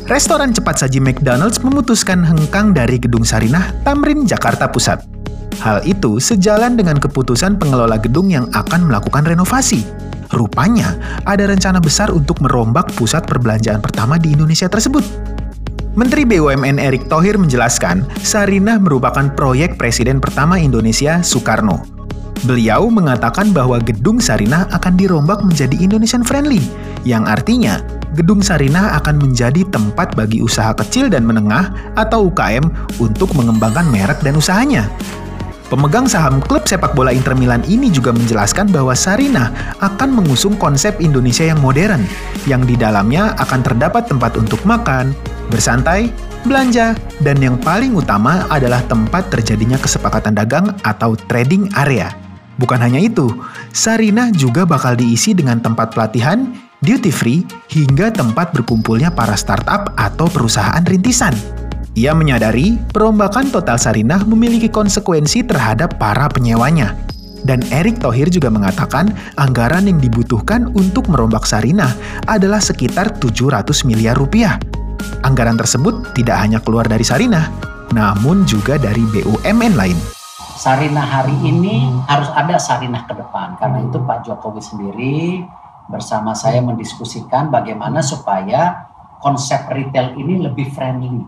Restoran cepat saji McDonald's memutuskan hengkang dari Gedung Sarinah, Tamrin, Jakarta Pusat. Hal itu sejalan dengan keputusan pengelola gedung yang akan melakukan renovasi. Rupanya, ada rencana besar untuk merombak pusat perbelanjaan pertama di Indonesia tersebut. Menteri BUMN Erick Thohir menjelaskan, Sarinah merupakan proyek Presiden pertama Indonesia, Soekarno. Beliau mengatakan bahwa gedung Sarinah akan dirombak menjadi Indonesian friendly, yang artinya gedung Sarinah akan menjadi tempat bagi usaha kecil dan menengah atau UKM untuk mengembangkan merek dan usahanya. Pemegang saham klub sepak bola Inter Milan ini juga menjelaskan bahwa Sarinah akan mengusung konsep Indonesia yang modern, yang di dalamnya akan terdapat tempat untuk makan, bersantai, belanja, dan yang paling utama adalah tempat terjadinya kesepakatan dagang atau trading area. Bukan hanya itu, Sarinah juga bakal diisi dengan tempat pelatihan, duty free, hingga tempat berkumpulnya para startup atau perusahaan rintisan. Ia menyadari perombakan total Sarinah memiliki konsekuensi terhadap para penyewanya. Dan Erick Thohir juga mengatakan anggaran yang dibutuhkan untuk merombak Sarinah adalah sekitar 700 miliar rupiah. Anggaran tersebut tidak hanya keluar dari Sarinah, namun juga dari BUMN lain. Sarinah hari ini harus ada Sarinah ke depan. Karena itu Pak Jokowi sendiri bersama saya mendiskusikan bagaimana supaya konsep retail ini lebih friendly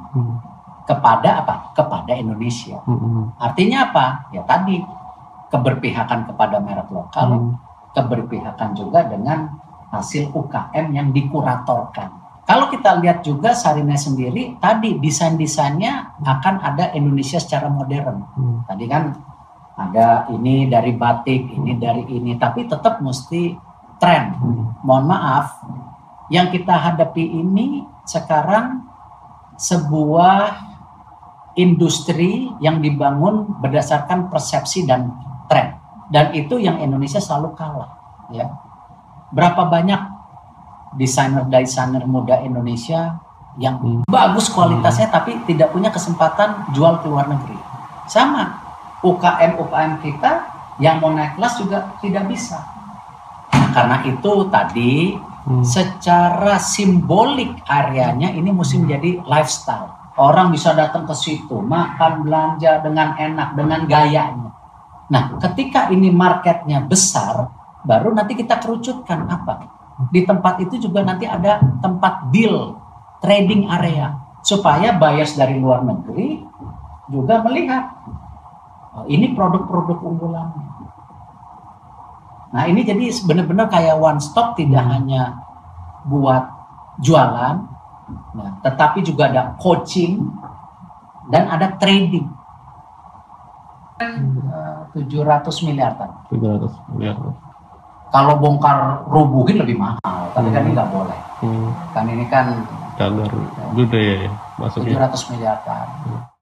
kepada apa? Kepada Indonesia. Artinya apa? Ya tadi keberpihakan kepada merek lokal, keberpihakan juga dengan hasil UKM yang dikuratorkan. Kalau kita lihat juga Sarinah sendiri, tadi desain-desainnya akan ada Indonesia secara modern. Tadi kan ada ini dari batik, ini dari ini, tapi tetap mesti tren. Mohon maaf, yang kita hadapi ini sekarang sebuah industri yang dibangun berdasarkan persepsi dan tren. Dan itu yang Indonesia selalu kalah. Ya. Berapa banyak desainer-desainer muda Indonesia yang bagus kualitasnya tapi tidak punya kesempatan jual ke luar negeri. Sama, UKM kita yang mau naik kelas juga tidak bisa. Nah, karena itu tadi secara simbolik areanya ini mesti menjadi lifestyle. Orang bisa datang ke situ, makan, belanja dengan enak, dengan gayanya. Nah, ketika ini marketnya besar, baru nanti kita kerucutkan apa? Di tempat itu juga nanti ada tempat deal, trading area. Supaya buyers dari luar negeri juga melihat, oh, ini produk-produk unggulannya. Nah ini jadi benar-benar kayak one stop, tidak hanya buat jualan, nah, tetapi juga ada coaching dan ada trading. 700 miliar kan? 700 miliar. Kalau bongkar rubuhin lebih mahal, tapi kan ini nggak boleh. Kan ini kan cagar budaya ya, masuknya 700 miliar kan.